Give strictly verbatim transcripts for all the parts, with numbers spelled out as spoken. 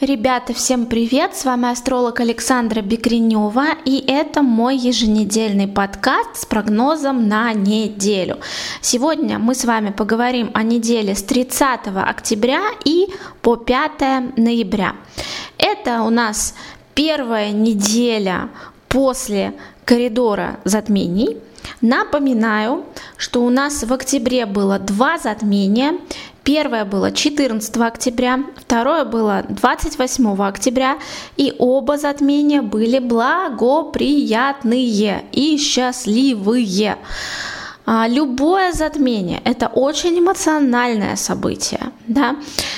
Ребята, всем привет! С вами астролог Александра Бекренева, и это мой еженедельный подкаст с прогнозом на неделю. Сегодня мы с вами поговорим о неделе с тридцатого октября и по пятое ноября. Это у нас первая неделя после коридора затмений. Напоминаю, что у нас в октябре было два затмения. Первое было четырнадцатого октября, второе было двадцать восьмого октября, и оба затмения были благоприятные и счастливые. Любое затмение – это очень эмоциональное событие, да?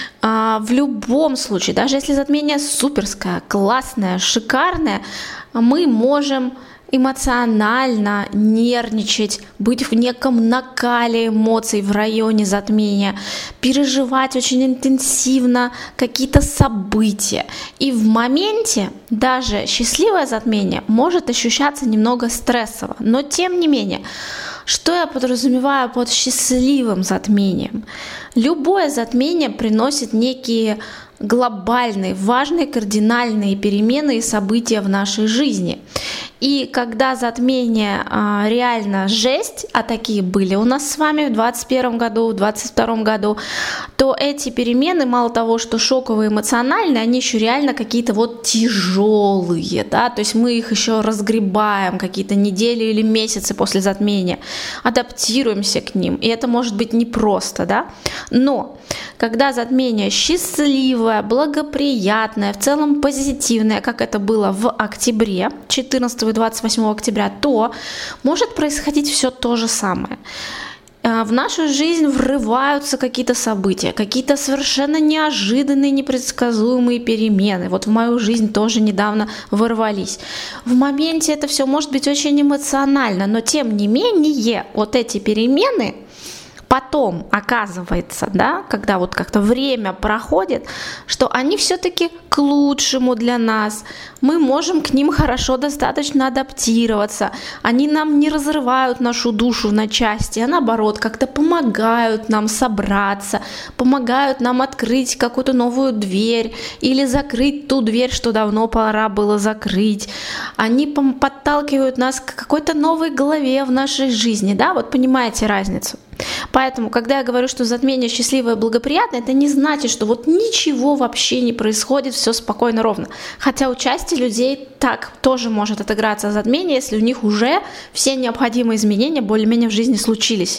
В любом случае, даже если затмение суперское, классное, шикарное, мы можем эмоционально нервничать, быть в неком накале эмоций в районе затмения, переживать очень интенсивно какие-то события. И в моменте даже счастливое затмение может ощущаться немного стрессово. Но тем не менее, что я подразумеваю под счастливым затмением? Любое затмение приносит некие глобальные, важные, кардинальные перемены и события в нашей жизни. И когда затмения а, реально жесть, а такие были у нас с вами в двадцать первом году, в двадцать втором году, то эти перемены, мало того, что шоковые, эмоциональные, они еще реально какие-то вот тяжелые, да, то есть мы их еще разгребаем какие-то недели или месяцы после затмения, адаптируемся к ним, и это может быть непросто, да, но когда затмение счастливое, благоприятное, в целом позитивное, как это было в октябре, четырнадцатого и двадцать восьмого октября, то может происходить все то же самое. В нашу жизнь врываются какие-то события, какие-то совершенно неожиданные, непредсказуемые перемены. Вот в мою жизнь тоже недавно ворвались. В моменте это все может быть очень эмоционально, но тем не менее вот эти перемены потом оказывается, да, когда вот как-то время проходит, что они все-таки к лучшему для нас. Мы можем к ним хорошо достаточно адаптироваться. Они нам не разрывают нашу душу на части, а наоборот как-то помогают нам собраться, помогают нам открыть какую-то новую дверь или закрыть ту дверь, что давно пора было закрыть. Они подталкивают нас к какой-то новой главе в нашей жизни, да, вот понимаете разницу. Поэтому, когда я говорю, что затмение счастливое и благоприятное, это не значит, что вот ничего вообще не происходит, все спокойно, ровно. Хотя у части людей так тоже может отыграться затмение, если у них уже все необходимые изменения более-менее в жизни случились.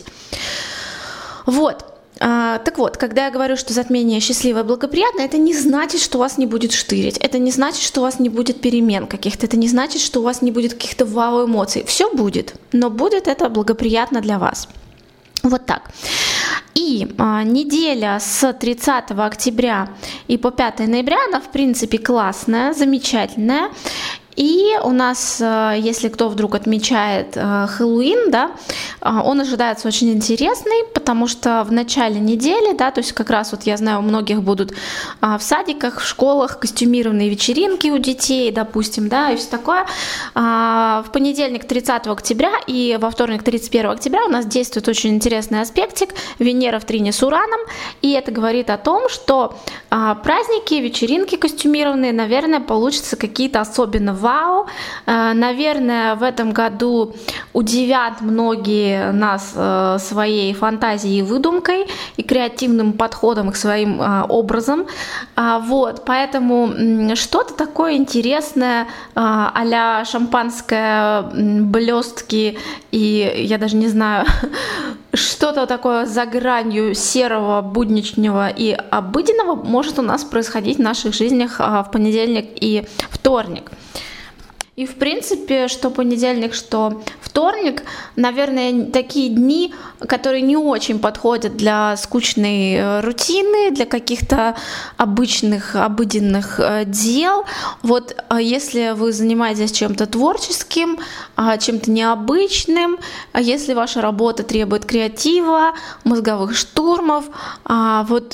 Вот. А, так вот, когда я говорю, что затмение счастливое и благоприятное, это не значит, что у вас не будет штырить, это не значит, что у вас не будет перемен каких-то, это не значит, что у вас не будет каких-то вау-эмоций. Все будет, но будет это благоприятно для вас. Вот так. И а, неделя с тридцатого октября и по пятое ноября, она в принципе классная, замечательная. И у нас, если кто вдруг отмечает Хэллоуин, да, он ожидается очень интересный, потому что в начале недели, да, то есть как раз вот я знаю, у многих будут в садиках, в школах костюмированные вечеринки у детей, допустим, да, и все такое. В понедельник тридцатого октября и во вторник тридцать первого октября у нас действует очень интересный аспектик Венера в трине с Ураном, и это говорит о том, что праздники, вечеринки костюмированные, наверное, получатся какие-то особенно вау. Наверное, в этом году удивят многие нас своей фантазией и выдумкой и креативным подходом к своим образам. Вот, поэтому что-то такое интересное а-ля шампанское, блестки и я даже не знаю, что-то такое за гранью серого, будничного и обыденного может у нас происходить в наших жизнях в понедельник и вторник. И, в принципе, что понедельник, что вторник, наверное, такие дни, которые не очень подходят для скучной рутины, для каких-то обычных, обыденных дел. Вот если вы занимаетесь чем-то творческим, чем-то необычным, если ваша работа требует креатива, мозговых штурмов, вот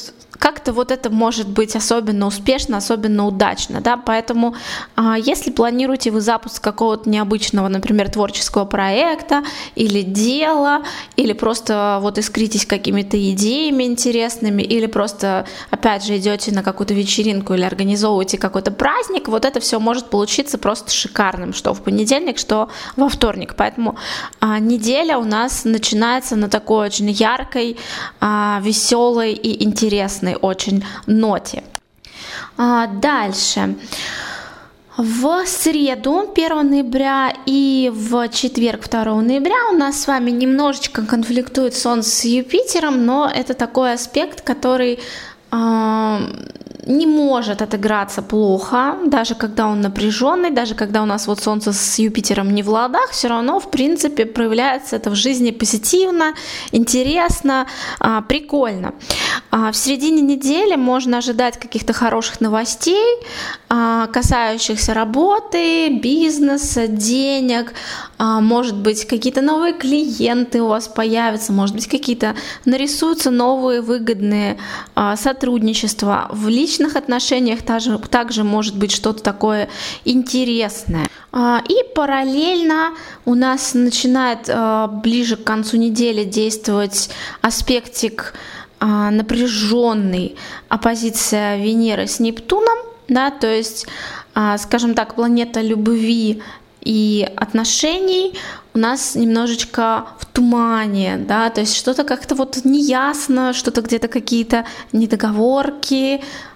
как-то вот это может быть особенно успешно, особенно удачно, да, поэтому а, если планируете вы запуск какого-то необычного, например, творческого проекта или дела, или просто вот искритесь какими-то идеями интересными, или просто, опять же, идете на какую-то вечеринку или организовываете какой-то праздник, вот это все может получиться просто шикарным, что в понедельник, что во вторник, поэтому а, неделя у нас начинается на такой очень яркой, а, веселой и интересной очень ноте. А, дальше. В среду, первого ноября, и в четверг, второго ноября, у нас с вами немножечко конфликтует Солнце с Юпитером, но это такой аспект, который э, не может отыграться плохо, даже когда он напряженный, даже когда у нас вот Солнце с Юпитером не в ладах, все равно, в принципе, проявляется это в жизни позитивно, интересно, э, прикольно. В середине недели можно ожидать каких-то хороших новостей, касающихся работы, бизнеса, денег, может быть, какие-то новые клиенты у вас появятся, может быть, какие-то нарисуются новые выгодные сотрудничества. В личных отношениях также, также может быть что-то такое интересное. И параллельно у нас начинает ближе к концу недели действовать аспектик напряженный, оппозиция Венеры с Нептуном, да, то есть, скажем так, планета любви и отношений у нас немножечко в тумане, да, то есть что-то как-то вот неясно, что-то где-то какие-то недоговорки,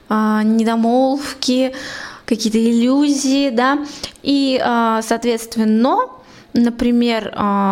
недомолвки, какие-то иллюзии, да, и, соответственно, например,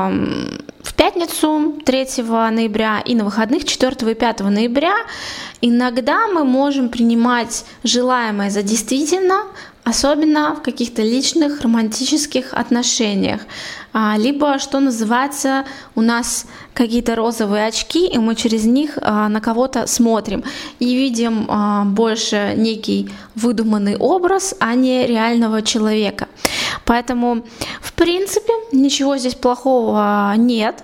в пятницу третьего ноября и на выходных четвёртого и пятого ноября иногда мы можем принимать желаемое за действительно, особенно в каких-то личных романтических отношениях. Либо, что называется, у нас какие-то розовые очки, и мы через них на кого-то смотрим и видим больше некий выдуманный образ, а не реального человека. Поэтому, в принципе, ничего здесь плохого нет.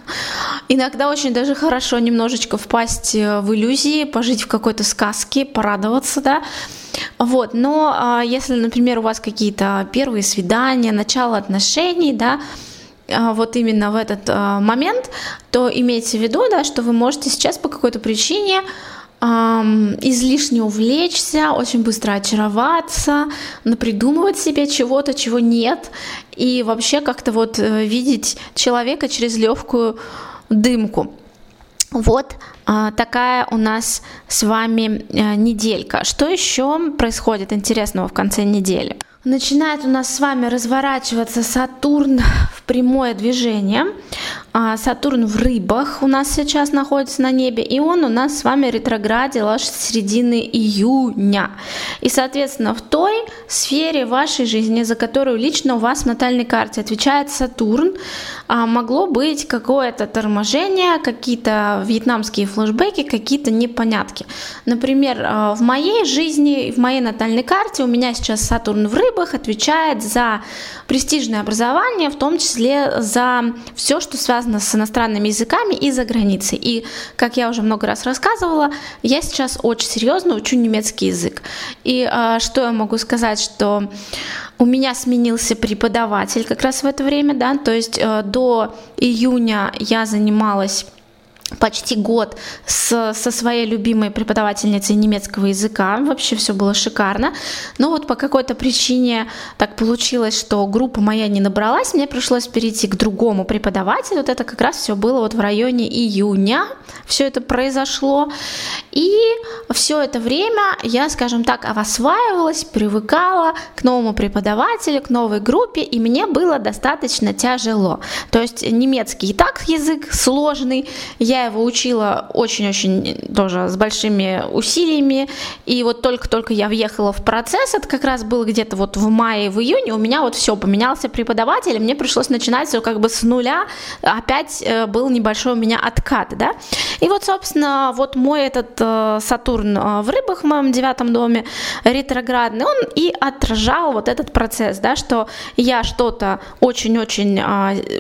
Иногда очень даже хорошо немножечко впасть в иллюзии, пожить в какой-то сказке, порадоваться, да. Вот, но а, если, например, у вас какие-то первые свидания, начало отношений, да, а, вот именно в этот а, момент, то имейте в виду, да, что вы можете сейчас по какой-то причине а, излишне увлечься, очень быстро очароваться, напридумывать себе чего-то, чего нет, и вообще как-то вот видеть человека через легкую дымку. Вот а, такая у нас с вами а, неделька. Что еще происходит интересного в конце недели? Начинает у нас с вами разворачиваться Сатурн в прямое движение. А, Сатурн в рыбах у нас сейчас находится на небе, и он у нас с вами ретроградил аж с середины июня. И, соответственно, в той сфере вашей жизни, за которую лично у вас в натальной карте отвечает Сатурн, а, могло быть какое-то торможение, какие-то вьетнамские флешбеки, какие-то непонятки. Например, в моей жизни, в моей натальной карте у меня сейчас Сатурн в рыбах отвечает за престижное образование, в том числе за все, что связано с иностранными языками и за границей. И, как я уже много раз рассказывала, я сейчас очень серьезно учу немецкий язык. И а, что я могу сказать, что у меня сменился преподаватель как раз в это время, да, то есть э, до июня я занималась почти год с, со своей любимой преподавательницей немецкого языка. Вообще все было шикарно. Но вот по какой-то причине так получилось, что группа моя не набралась. Мне пришлось перейти к другому преподавателю. Вот это как раз все было вот в районе июня. Все это произошло. И все это время я, скажем так, осваивалась, привыкала к новому преподавателю, к новой группе. И мне было достаточно тяжело. То есть немецкий и так язык сложный. Я его учила очень-очень тоже с большими усилиями, и вот только-только я въехала в процесс, это как раз было где-то вот в мае, в июне, у меня вот все, поменялся преподаватель, и мне пришлось начинать все как бы с нуля, опять был небольшой у меня откат, да, и вот, собственно, вот мой этот э, Сатурн в рыбах в моем девятом доме, ретроградный, он и отражал вот этот процесс, да, что я что-то очень-очень э,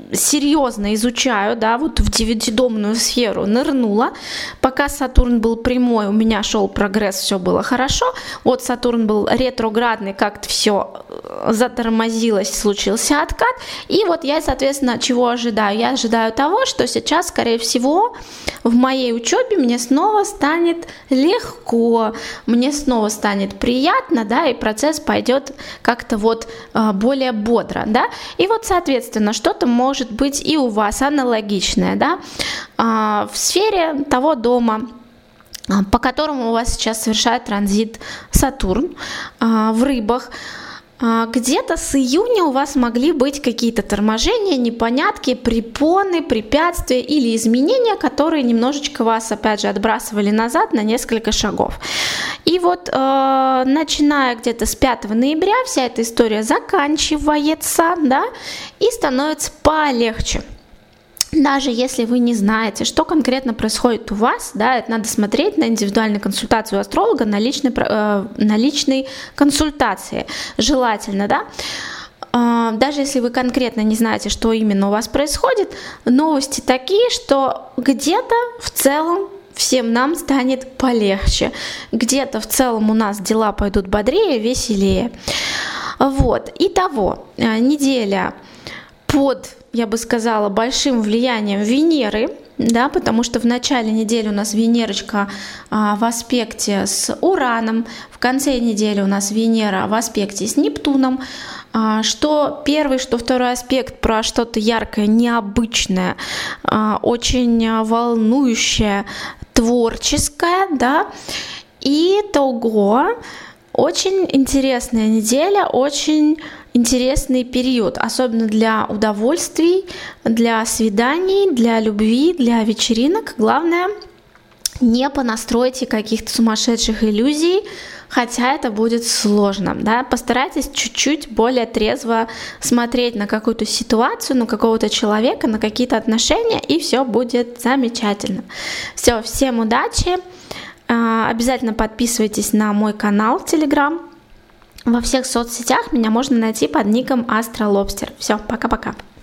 серьезно изучаю, да, вот в девятидомную сферу нырнула. Пока Сатурн был прямой, у меня шел прогресс, все было хорошо. Вот Сатурн был ретроградный, как-то все затормозилось, случился откат. И вот я, соответственно, чего ожидаю? Я ожидаю того, что сейчас, скорее всего, в моей учебе мне снова станет легко, мне снова станет приятно, да, и процесс пойдет как-то вот более бодро, да. И вот, соответственно, что-то может может быть и у вас аналогичное, да, в сфере того дома, по которому у вас сейчас совершает транзит Сатурн в Рыбах. Где-то с июня у вас могли быть какие-то торможения, непонятки, препоны, препятствия или изменения, которые немножечко вас, опять же, отбрасывали назад на несколько шагов. И вот э, начиная где-то с пятого ноября вся эта история заканчивается, да, и становится полегче. Даже если вы не знаете, что конкретно происходит у вас, да, это надо смотреть на индивидуальную консультацию астролога, на личной, э, на личной консультации, желательно, да. Э, даже если вы конкретно не знаете, что именно у вас происходит, новости такие, что где-то в целом всем нам станет полегче, где-то в целом у нас дела пойдут бодрее, веселее. Вот, итого, неделя под, я бы сказала, большим влиянием Венеры, да, потому что в начале недели у нас Венерочка а, в аспекте с Ураном, в конце недели у нас Венера в аспекте с Нептуном. А, что первый, что второй аспект про что-то яркое, необычное, а, очень волнующее, творческое, да, и того очень интересная неделя, очень интересный период, особенно для удовольствий, для свиданий, для любви, для вечеринок. Главное, не понастройте каких-то сумасшедших иллюзий, хотя это будет сложно, да, постарайтесь чуть-чуть более трезво смотреть на какую-то ситуацию, на какого-то человека, на какие-то отношения, и все будет замечательно. Все, всем удачи, обязательно подписывайтесь на мой канал в Telegram, во всех соцсетях меня можно найти под ником Астролобстер. Все, пока-пока.